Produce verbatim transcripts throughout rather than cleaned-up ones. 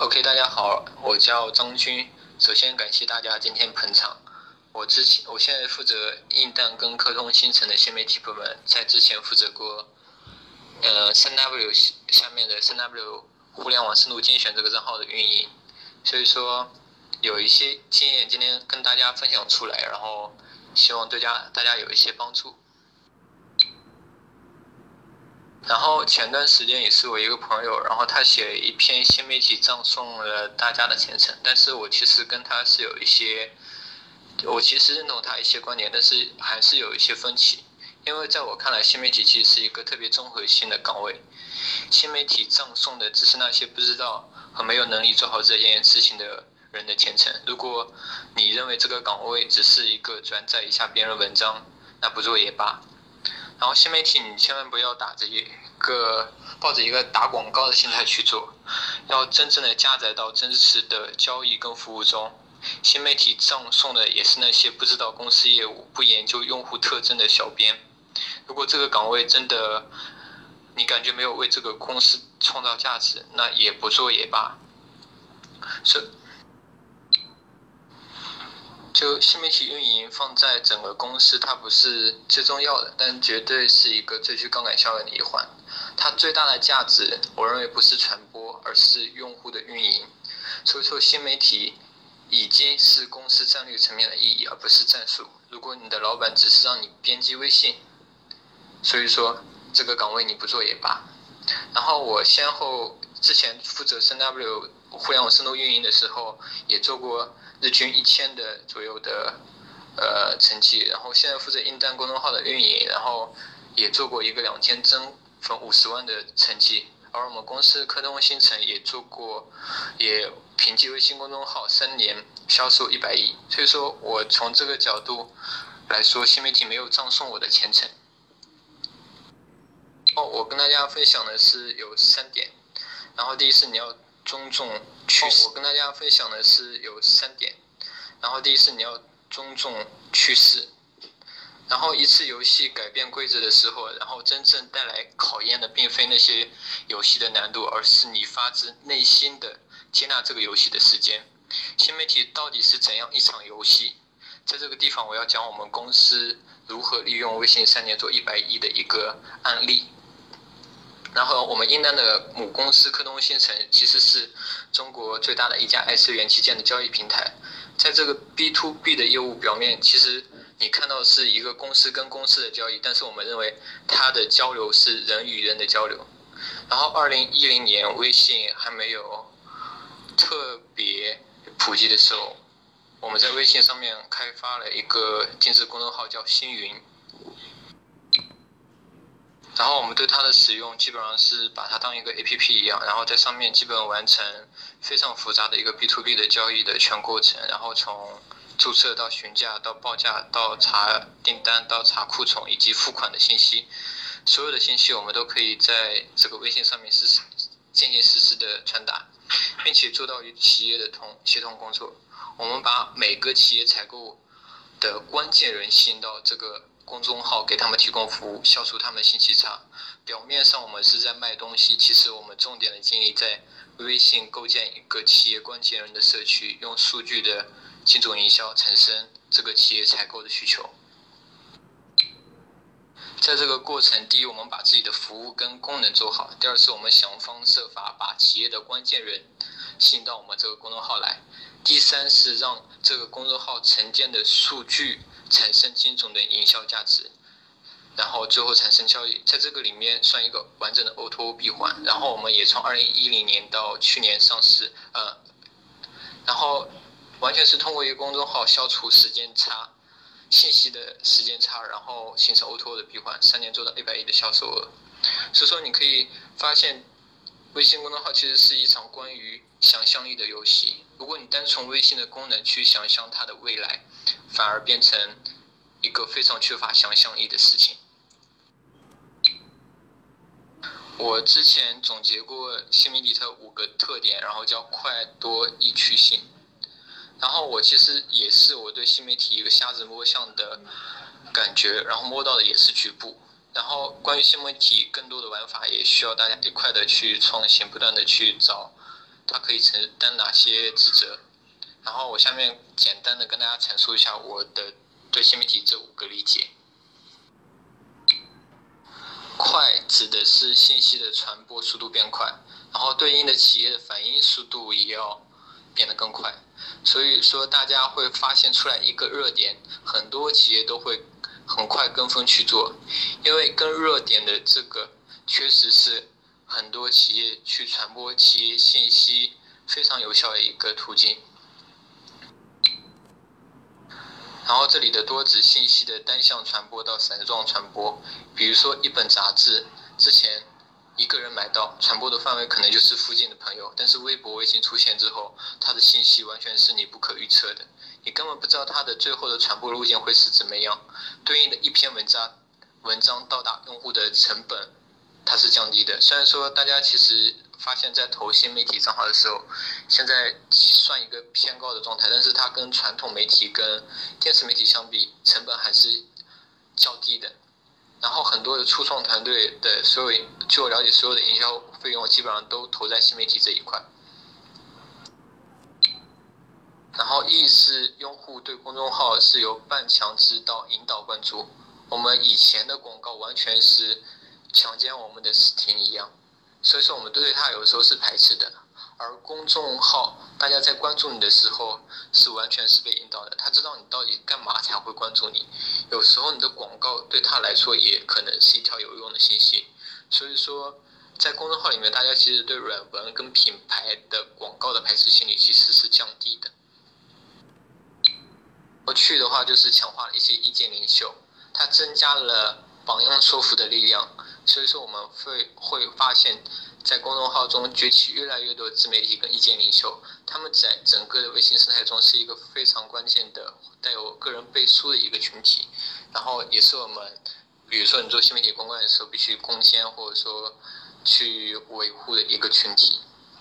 OK，大家好，我叫张军。首先感谢大家今天捧场。我之前，我现在负责硬蛋跟科通新城的新媒体部门，在之前负责过，呃，三 W 下面的三 W 互联网深度精选这个账号的运营，所以说有一些经验今天跟大家分享出来，然后希望对家大家有一些帮助。然后前段时间也是我一个朋友，然后他写了一篇新媒体葬送了大家的前程，但是我其实跟他是有一些，我其实认同他一些观点，但是还是有一些分歧，因为在我看来，新媒体其实是一个特别综合性的岗位，新媒体葬送的只是那些不知道和没有能力做好这件事情的人的前程。如果你认为这个岗位只是一个转载一下别人文章，那不做也罢。然后新媒体你千万不要打着一个抱着一个打广告的心态去做，要真正的加载到真实的交易跟服务中。新媒体葬送的也是那些不知道公司业务、不研究用户特征的小编。如果这个岗位真的你感觉没有为这个公司创造价值，那也不做也罢。是。就新媒体运营放在整个公司，它不是最重要的，但绝对是一个最具杠杆效应的一环。它最大的价值，我认为不是传播，而是用户的运营。所以说，新媒体已经是公司战略层面的意义，而不是战术。如果你的老板只是让你编辑微信，所以说这个岗位你不做也罢。然后我先后之前负责 三 W 互联网深度运营的时候，也做过日均一千的左右的呃成绩，然后现在负责硬蛋公众号的运营，然后也做过一个两天增粉五十万的成绩。而我们公司科通新城也做过，也凭借微信公众号三年销售一百亿。所以说我从这个角度来说，新媒体没有葬送我的前程。哦，我跟大家分享的是有三点。然后第一是你要尊重趋势，我跟大家分享的是有三点。然后第一是你要尊重趋势。然后一次游戏改变规则的时候，然后真正带来考验的并非那些游戏的难度，而是你发自内心的接纳这个游戏的时间。新媒体到底是怎样一场游戏？在这个地方我要讲我们公司如何利用微信三年做一百亿的一个案例。然后我们硬蛋的母公司科通新城其实是中国最大的一家二次元器件的交易平台。在这个 B to B 的业务表面，其实你看到是一个公司跟公司的交易，但是我们认为它的交流是人与人的交流。然后二零一零年微信还没有特别普及的时候，我们在微信上面开发了一个定制公众号叫星云。然后我们对它的使用基本上是把它当一个 A P P 一样，然后在上面基本完成非常复杂的一个 B to B 的交易的全过程，然后从注册到询价到报价到查订单到查库存以及付款的信息，所有的信息我们都可以在这个微信上面实时进行实时的传达，并且做到与企业的同协同工作。我们把每个企业采购的关键人吸引到这个公众号，给他们提供服务，消除他们信息差。表面上我们是在卖东西，其实我们重点的精力在微信构建一个企业关键人的社区，用数据的精准营销产生这个企业采购的需求。在这个过程，第一，我们把自己的服务跟功能做好；第二是我们想方设法把企业的关键人吸引到我们这个公众号来；第三是让这个公众号沉淀的数据产生精准的营销价值，然后最后产生交易。在这个里面算一个完整的 O to O 闭环。然后我们也从二零一零年到去年上市，呃，然后完全是通过一个公众号消除时间差。信息的时间差，然后形成 O to O 的闭环，三年做到一百亿的销售额。所以说你可以发现，微信公众号其实是一场关于想象力的游戏。如果你单从微信的功能去想象它的未来，反而变成一个非常缺乏想象力的事情。我之前总结过新媒体的五个特点，然后叫快多易趣性。然后我其实也是我对新媒体一个瞎子摸象的感觉，然后摸到的也是局部。然后关于新媒体更多的玩法，也需要大家一块的去创新，不断的去找它可以承担哪些职责。然后我下面简单的跟大家阐述一下我的对新媒体这五个理解。快指的是信息的传播速度变快，然后对应的企业的反应速度也要变得更快。所以说大家会发现出来一个热点，很多企业都会很快跟风去做，因为跟热点的这个确实是很多企业去传播企业信息非常有效的一个途径。然后这里的多指信息的单向传播到散状传播，比如说一本杂志，之前一个人买到，传播的范围可能就是附近的朋友，但是微博、微信出现之后，它的信息完全是你不可预测的，你根本不知道它的最后的传播路径会是怎么样，对应的一篇文章文章到达用户的成本它是降低的。虽然说大家其实发现在投新媒体账号的时候，现在算一个偏高的状态，但是它跟传统媒体跟电视媒体相比，成本还是较低的。然后很多的初创团队的所有，据我了解，所有的营销费用基本上都投在新媒体这一块。然后 E 是用户对公众号是由半强制到引导关注，我们以前的广告完全是强奸我们的视听一样，所以说我们对它有的时候是排斥的。而公众号大家在关注你的时候是完全是被引导的，他知道你到底干嘛才会关注你，有时候你的广告对他来说也可能是一条有用的信息。所以说在公众号里面，大家其实对软文跟品牌的广告的排斥心理其实是降低的。过去的话就是强化了一些意见领袖，它增加了榜样说服的力量，所以说我们会会发现在公众号中崛起越来越多自媒体跟意见领袖，他们在整个的微信生态中是一个非常关键的带有个人背书的一个群体，然后也是我们比如说你做新媒体公关的时候必须攻坚或者说去维护的一个群体。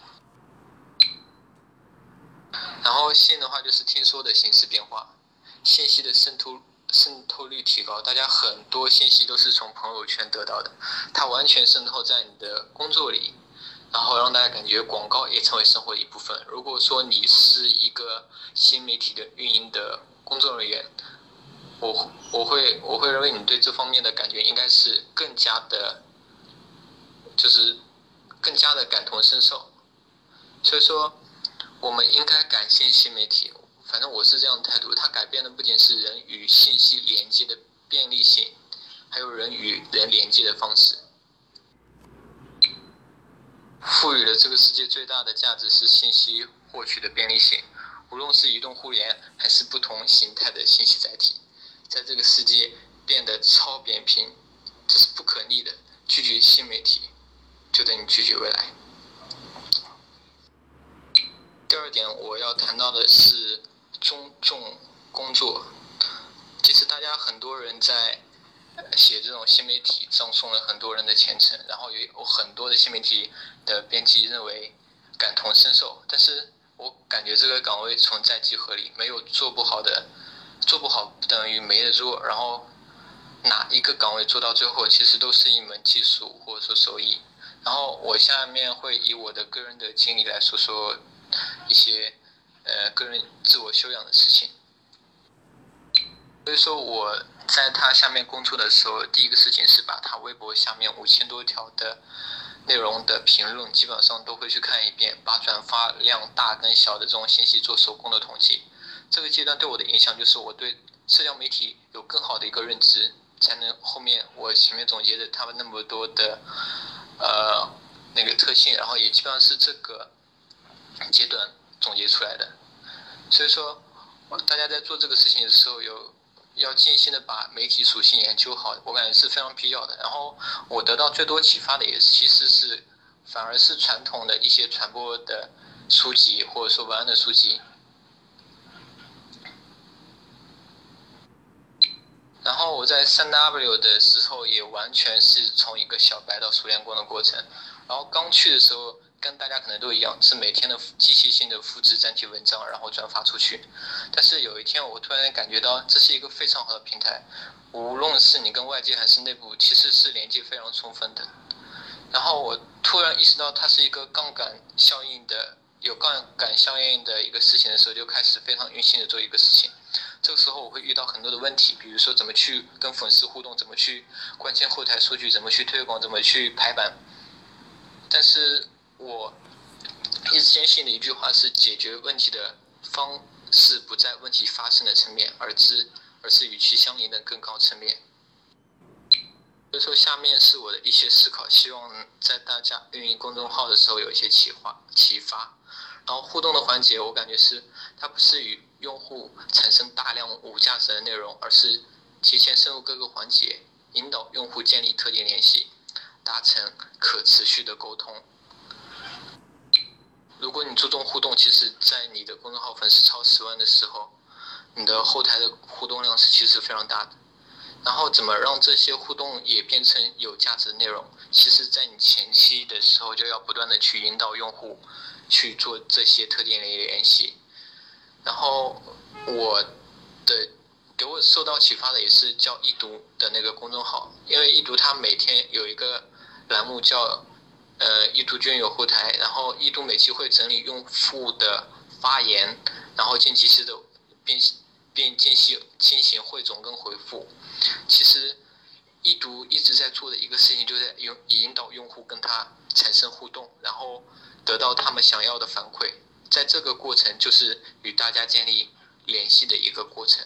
然后信的话就是听说的形式变化，信息的渗透渗透率提高，大家很多信息都是从朋友圈得到的，它完全渗透在你的工作里，然后让大家感觉广告也成为生活的一部分。如果说你是一个新媒体的运营的工作人员，我我会我会认为你对这方面的感觉应该是更加的，就是更加的感同身受。所以说我们应该感谢新媒体，反正我是这样的态度，它改变的不仅是人与信息连接的便利性，还有人与人连接的方式。赋予了这个世界最大的价值是信息获取的便利性，无论是移动互联还是不同形态的信息载体，在这个世界变得超扁平，这是不可逆的。拒绝新媒体，就等于拒绝未来。第二点我要谈到的是尊重工作。其实大家很多人在写这种新媒体葬送了很多人的前程，然后也有很多的新媒体的编辑认为感同身受，但是我感觉这个岗位存在即合理，没有做不好的，做不好不等于没得做，然后哪一个岗位做到最后其实都是一门技术或者说手艺。然后我下面会以我的个人的经历来说说一些呃个人自我修养的事情。所以说我在他下面工作的时候，第一个事情是把他微博下面五千多条的内容的评论基本上都会去看一遍，把转发量大跟小的这种信息做手工的统计。这个阶段对我的影响就是我对社交媒体有更好的一个认知，才能后面我前面总结的他们那么多的呃那个特性，然后也基本上是这个阶段总结出来的。所以说大家在做这个事情的时候有要尽心的把媒体属性研究好，我感觉是非常必要的。然后我得到最多启发的也其实是反而是传统的一些传播的书籍或者说文案的书籍。然后我在 三 W 的时候也完全是从一个小白到熟练工的过程。然后刚去的时候跟大家可能都一样，是每天的机器性的复制粘贴文章，然后转发出去。但是有一天我突然感觉到这是一个非常好的平台，无论是你跟外界还是内部，其实是连接非常充分的。然后我突然意识到它是一个杠杆效应的有杠杆效应的一个事情的时候，就开始非常用心的做一个事情。这个时候我会遇到很多的问题，比如说怎么去跟粉丝互动，怎么去关心后台数据，怎么去推广，怎么去排版。但是我一直坚信的一句话是，解决问题的方式不在问题发生的层面，而是而是与其相邻的更高层面。所以说，下面是我的一些思考，希望在大家运营公众号的时候有一些启发启发。然后互动的环节，我感觉是它不是与用户产生大量无价值的内容，而是提前深入各个环节，引导用户建立特定联系，达成可持续的沟通。如果你注重互动，其实在你的公众号粉丝超十万的时候，你的后台的互动量是其实非常大的。然后怎么让这些互动也变成有价值的内容？其实在你前期的时候就要不断的去引导用户去做这些特定的联系。然后我的给我受到启发的也是叫易读的那个公众号，因为易读它每天有一个栏目叫呃易读君有后台，然后易读每期会整理用户的发言，然后进及时的并并进行进行汇总跟回复。其实易读一直在做的一个事情，就是在引导用户跟他产生互动，然后得到他们想要的反馈。在这个过程就是与大家建立联系的一个过程。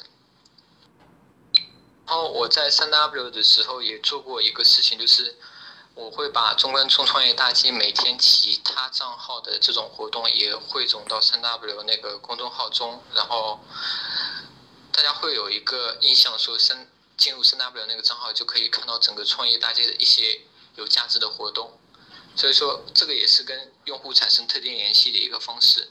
然后我在 三 W 的时候也做过一个事情，就是我会把中关村创业大计每天其他账号的这种活动也汇总到 三 W 那个公众号中，然后大家会有一个印象说三进入 三 W 那个账号就可以看到整个创业大计的一些有价值的活动，所以说这个也是跟用户产生特定联系的一个方式。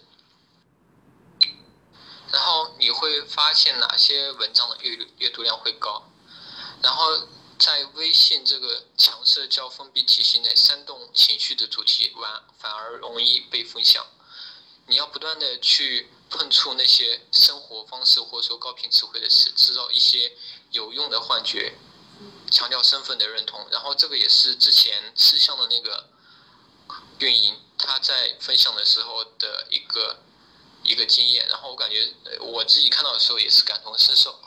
然后你会发现哪些文章的阅阅读量会高，然后在微信这个强社交封闭体系内，煽动情绪的主题反反而容易被分享。你要不断的去碰触那些生活方式或者说高频词汇的词，制造一些有用的幻觉，强调身份的认同。然后这个也是之前吃相的那个运营他在分享的时候的一个一个经验，然后我感觉我自己看到的时候也是感同身受。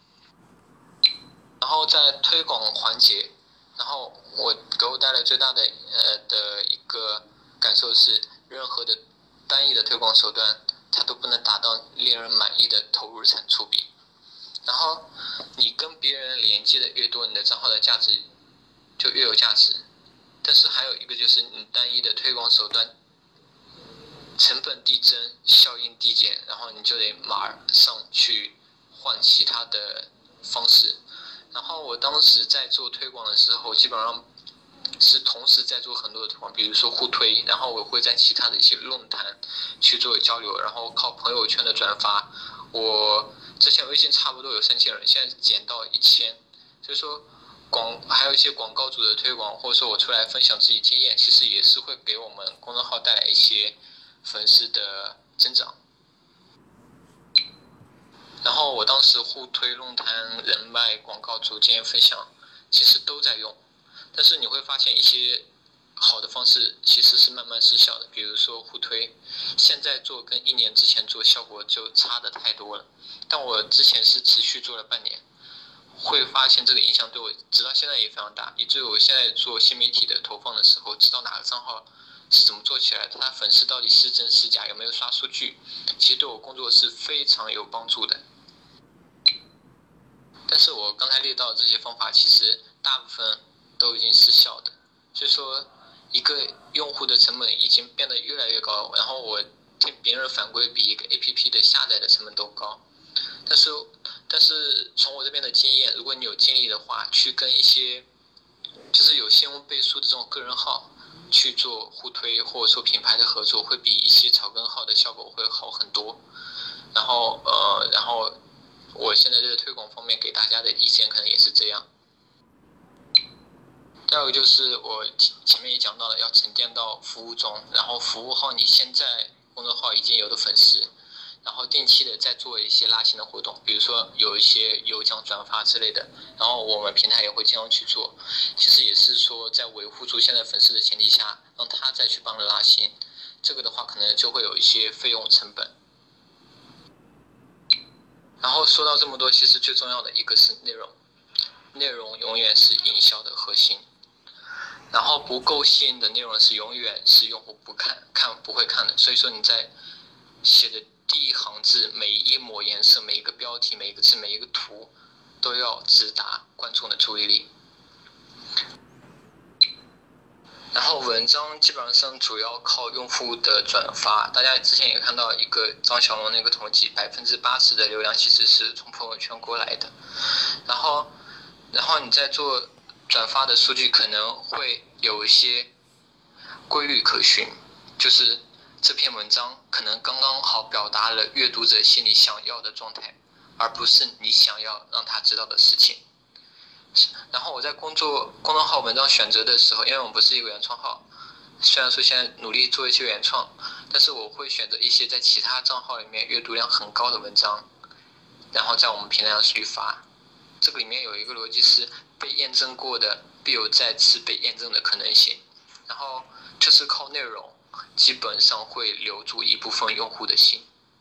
然后在推广环节，然后我给我带来最大的呃的一个感受是，任何的单一的推广手段，它都不能达到令人满意的投入产出比。然后你跟别人连接的越多，你的账号的价值就越有价值。但是还有一个就是你单一的推广手段，成本递增，效应递减，然后你就得马上去换其他的方式。然后我当时在做推广的时候，基本上是同时在做很多的推广，比如说互推，然后我会在其他的一些论坛去做交流，然后靠朋友圈的转发。我之前微信差不多有三千人，现在减到一千，所以说广还有一些广告主的推广，或者说我出来分享自己经验，其实也是会给我们公众号带来一些粉丝的增长。然后我当时互推、论坛、人脉、广告主经验分享，其实都在用。但是你会发现一些好的方式其实是慢慢失效的，比如说互推，现在做跟一年之前做效果就差的太多了。但我之前是持续做了半年，会发现这个影响对我直到现在也非常大，以至于我现在做新媒体的投放的时候，知道哪个账号是怎么做起来的，他粉丝到底是真是假，有没有刷数据，其实对我工作是非常有帮助的。但是我刚才列到的这些方法，其实大部分都已经失效的，所以说一个用户的成本已经变得越来越高，然后我听别人反馈比一个 A P P 的下载的成本都高。但是但是从我这边的经验，如果你有精力的话，去跟一些就是有新闻倍数的这种个人号去做互推，或者说品牌的合作，会比一些草根号的效果会好很多。然后呃然后我现在这个推广方面给大家的意见可能也是这样。第二个就是我前面也讲到了，要沉淀到服务中，然后服务好你现在公众号已经有的粉丝，然后定期的再做一些拉新的活动，比如说有一些有奖转发之类的，然后我们平台也会经常去做。其实也是说在维护住现在粉丝的前提下，让他再去帮着拉新。 这个的话可能就会有一些费用成本。然后说到这么多，其实最重要的一个是内容，内容永远是营销的核心。然后不够吸引的内容是永远是用户不看看不会看的。所以说你在写的第一行字，每一抹颜色，每一个标题，每一个字，每一个图，都要直达观众的注意力。然后文章基本上主要靠用户的转发，大家之前也看到一个张小龙那个统计，百分之八十的流量其实是从朋友圈过来的。然后，然后你在做转发的数据可能会有一些规律可循，就是这篇文章可能刚刚好表达了阅读者心里想要的状态，而不是你想要让他知道的事情。然后我在工作公众号文章选择的时候，因为我们不是一个原创号，虽然说现在努力做一些原创，但是我会选择一些在其他账号里面阅读量很高的文章，然后在我们平台上去发。这个里面有一个逻辑是被验证过的必有再次被验证的可能性，然后就是靠内容基本上会留住一部分用户的心。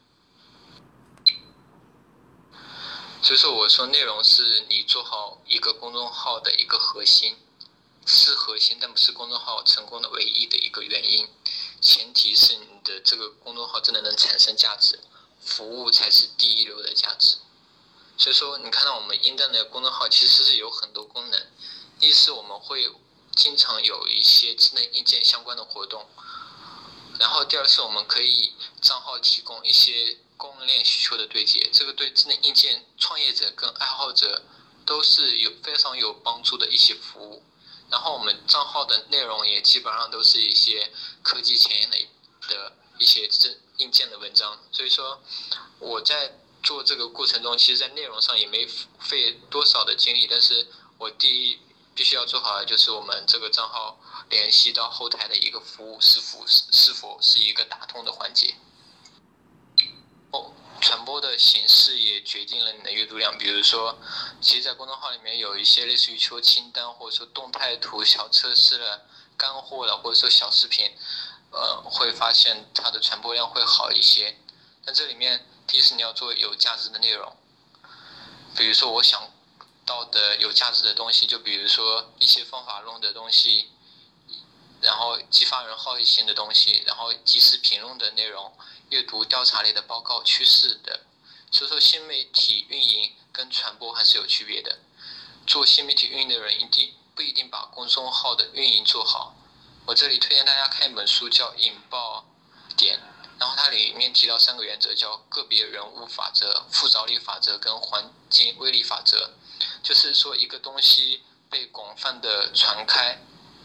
所以说我说内容是你做好一个公众号的一个核心，是核心但不是公众号成功的唯一的一个原因，前提是你的这个公众号真的能产生价值，服务才是第一流的价值。所以说你看到我们英蛋的公众号其实是有很多功能，第一是我们会经常有一些智能硬件相关的活动，然后第二是我们可以账号提供一些供应链需求的对接，这个对智能硬件创业者跟爱好者都是有非常有帮助的一些服务。然后我们账号的内容也基本上都是一些科技前沿的的一些硬件的文章，所以说我在做这个过程中，其实在内容上也没费多少的精力，但是我第一必须要做好的就是我们这个账号联系到后台的一个服务是否是否是一个打通的环节。哦，传播的形式也决定了你的阅读量。比如说，其实在公众号里面有一些类似于说清单，或者说动态图、小测试了、干货了，或者说小视频，呃，会发现它的传播量会好一些。但这里面，第一是你要做有价值的内容，比如说我想到的有价值的东西，就比如说一些方法论的东西，然后激发人好奇心的东西，然后即时评论的内容，阅读调查类的报告、趋势的。所以说新媒体运营跟传播还是有区别的。做新媒体运营的人一定不一定把公众号的运营做好。我这里推荐大家看一本书叫《引爆点》，然后它里面提到三个原则，叫个别人物法则、附着力法则跟环境威力法则。就是说一个东西被广泛的传开，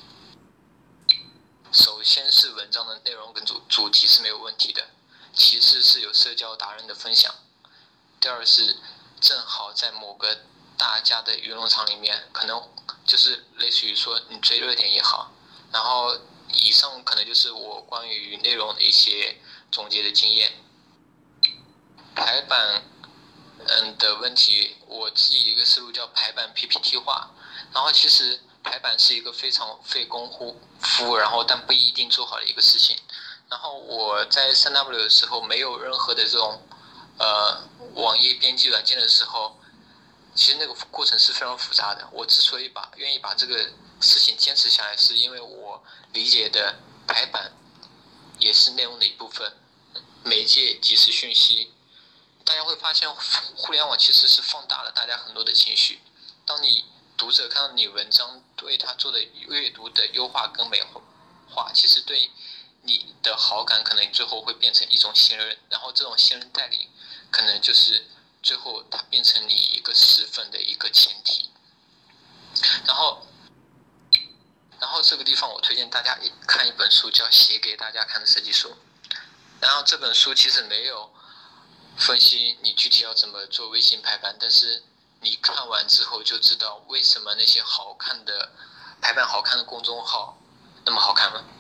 首先是文章的内容跟主主题是没有问题的，其次是有社交达人的分享，第二是正好在某个大家的舆论场里面，可能就是类似于说你追热点也好，然后以上可能就是我关于内容的一些总结的经验。排版嗯的问题，我自己一个思路叫排版 P P T 化，然后其实排版是一个非常费功夫，然后但不一定做好的一个事情。然后我在 三 W 的时候没有任何的这种呃网页编辑软件的时候，其实那个过程是非常复杂的。我之所以把愿意把这个事情坚持下来，是因为我理解的排版也是内容的一部分，媒介即时讯息。大家会发现互联网其实是放大了大家很多的情绪，当你读者看到你文章对他做的阅读的优化跟美化，其实对你的好感可能最后会变成一种信任，然后这种信任代理可能就是最后它变成你一个实粉的一个前提。然后然后这个地方我推荐大家看一本书叫《写给大家看的设计书》，然后这本书其实没有分析你具体要怎么做微信排版，但是你看完之后就知道为什么那些好看的排版好看的公众号那么好看了。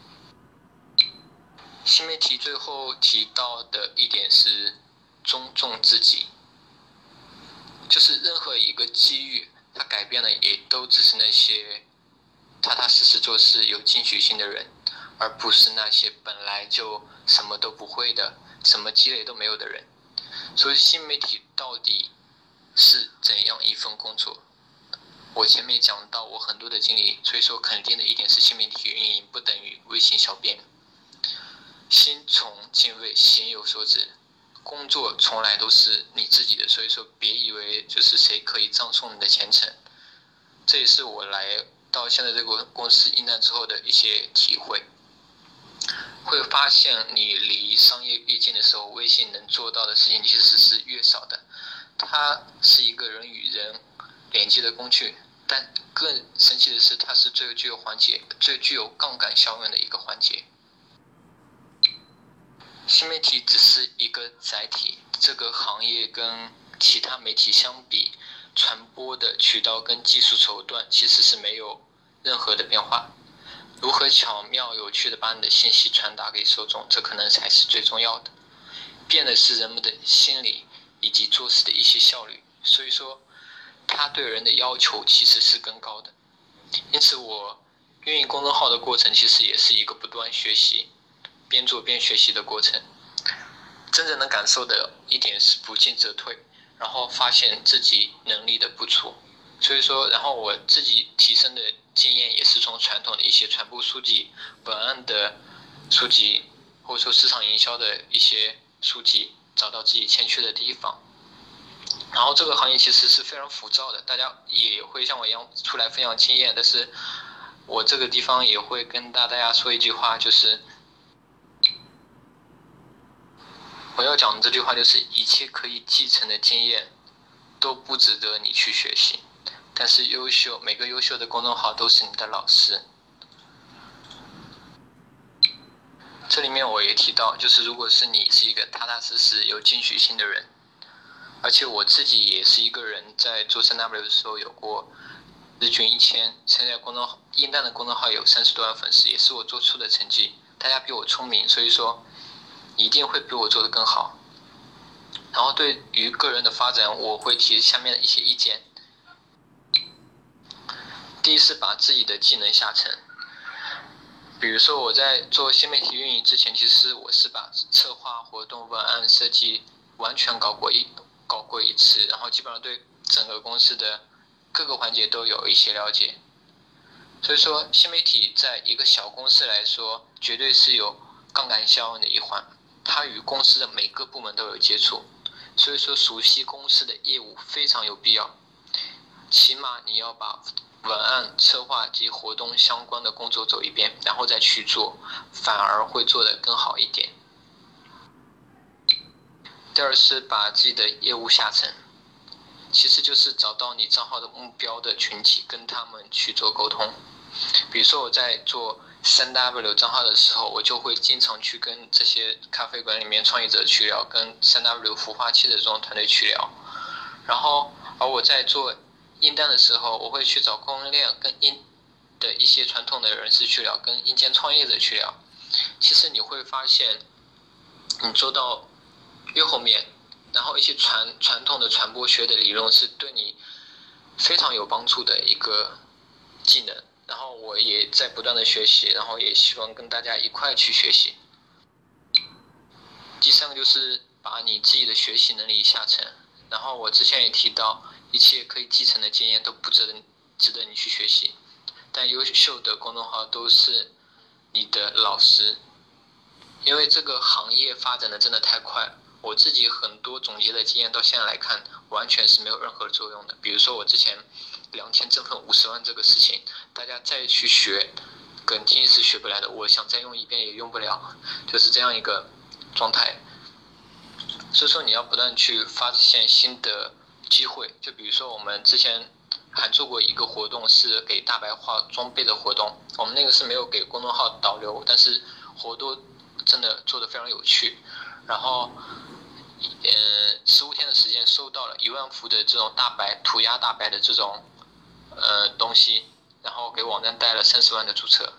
新媒体最后提到的一点是尊重自己，就是任何一个机遇它改变了也都只是那些踏踏实实做事有进取心的人， 而不是那些本来就什么都不会的、什么积累都没有的人。所以新媒体到底是怎样一份工作？我前面讲到我很多的经历，所以说肯定的一点是新媒体运营不等于微信小编。心从敬畏，行有所指。工作从来都是你自己的，所以说别以为就是谁可以葬送你的前程。这也是我来到现在这个公司应单之后的一些体会。会发现你离商业越近的时候，微信能做到的事情其实是越少的。它是一个人与人连接的工具，但更神奇的是，它是最具有环节、最具有杠杆效应的一个环节。新媒体只是一个载体，这个行业跟其他媒体相比，传播的渠道跟技术手段其实是没有任何的变化。如何巧妙有趣的把你的信息传达给受众，这可能才是最重要的。变的是人们的心理以及做事的一些效率，所以说他对人的要求其实是更高的。因此我运营公众号的过程其实也是一个不断学习、边做边学习的过程。真正能感受的一点是不进则退，然后发现自己能力的不足。所以说，然后我自己提升的经验也是从传统的一些传播书籍、文案的书籍，或者说市场营销的一些书籍，找到自己欠缺的地方。然后这个行业其实是非常浮躁的，大家也会像我一样出来分享经验，但是我这个地方也会跟大家说一句话，就是我要讲的这句话就是一切可以继承的经验都不值得你去学习，但是优秀每个优秀的公众号都是你的老师。这里面我也提到，就是如果是你是一个踏踏实实有进取心的人，而且我自己也是一个人，在做 三 W 的时候有过日均一千，现在公众号应单的公众号有三十多万粉丝，也是我做出的成绩。大家比我聪明，所以说一定会比我做得更好。然后对于个人的发展，我会提下面的一些意见。第一是把自己的技能下沉，比如说我在做新媒体运营之前，其实我是把策划、活动、文案设计完全搞过一搞过一次，然后基本上对整个公司的各个环节都有一些了解。所以说新媒体在一个小公司来说，绝对是有杠杆效应的一环，它与公司的每个部门都有接触，所以说熟悉公司的业务非常有必要。起码你要把文案、策划及活动相关的工作走一遍，然后再去做，反而会做得更好一点。第二是把自己的业务下沉，其实就是找到你账号的目标的群体，跟他们去做沟通。比如说我在做 三 W 账号的时候，我就会经常去跟这些咖啡馆里面创业者去聊，跟 三 W 孵化器的这种团队去聊。然后而我在做应单的时候，我会去找供应链跟硬的一些传统的人士去聊，跟硬件创业者去聊。其实你会发现，你做到越后面，然后一些传传统的传播学的理论是对你非常有帮助的一个技能。然后我也在不断的学习，然后也希望跟大家一块去学习。第三个就是把你自己的学习能力下沉。然后我之前也提到，一切可以继承的经验都不值得值得你去学习，但优秀的公众号都是你的老师，因为这个行业发展的真的太快，我自己很多总结的经验到现在来看，完全是没有任何作用的。比如说我之前两千挣分五十万这个事情，大家再去学，肯定是学不来的。我想再用一遍也用不了，就是这样一个状态。所以说你要不断去发现新的机会，就比如说我们之前还做过一个活动，是给大白化装备的活动，我们那个是没有给公众号导流，但是活动真的做得非常有趣。然后嗯，十五天的时间收到了一万幅的这种大白涂鸦大白的这种呃东西，然后给网站带了三十万的注册。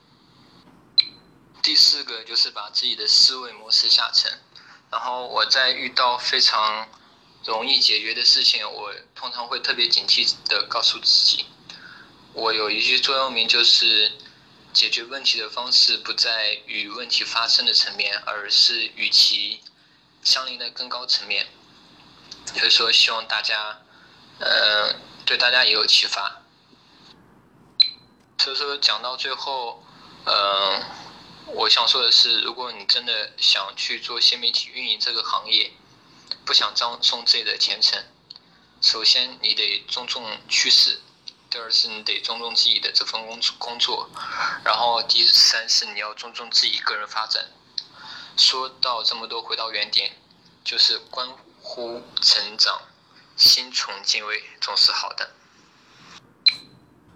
第四个就是把自己的思维模式下沉。然后我在遇到非常容易解决的事情，我通常会特别警惕的告诉自己，我有一句座右铭，就是解决问题的方式不在与问题发生的层面，而是与其相邻的更高层面。所以说，希望大家，呃，对大家也有启发。所以说，讲到最后，呃，我想说的是，如果你真的想去做新媒体运营这个行业，不想葬送自己的前程，首先你得尊重趋势，第二是你得尊重自己的这份工工作，然后第三是你要尊重自己个人发展。说到这么多，回到原点，就是关乎成长，心存敬畏总是好的。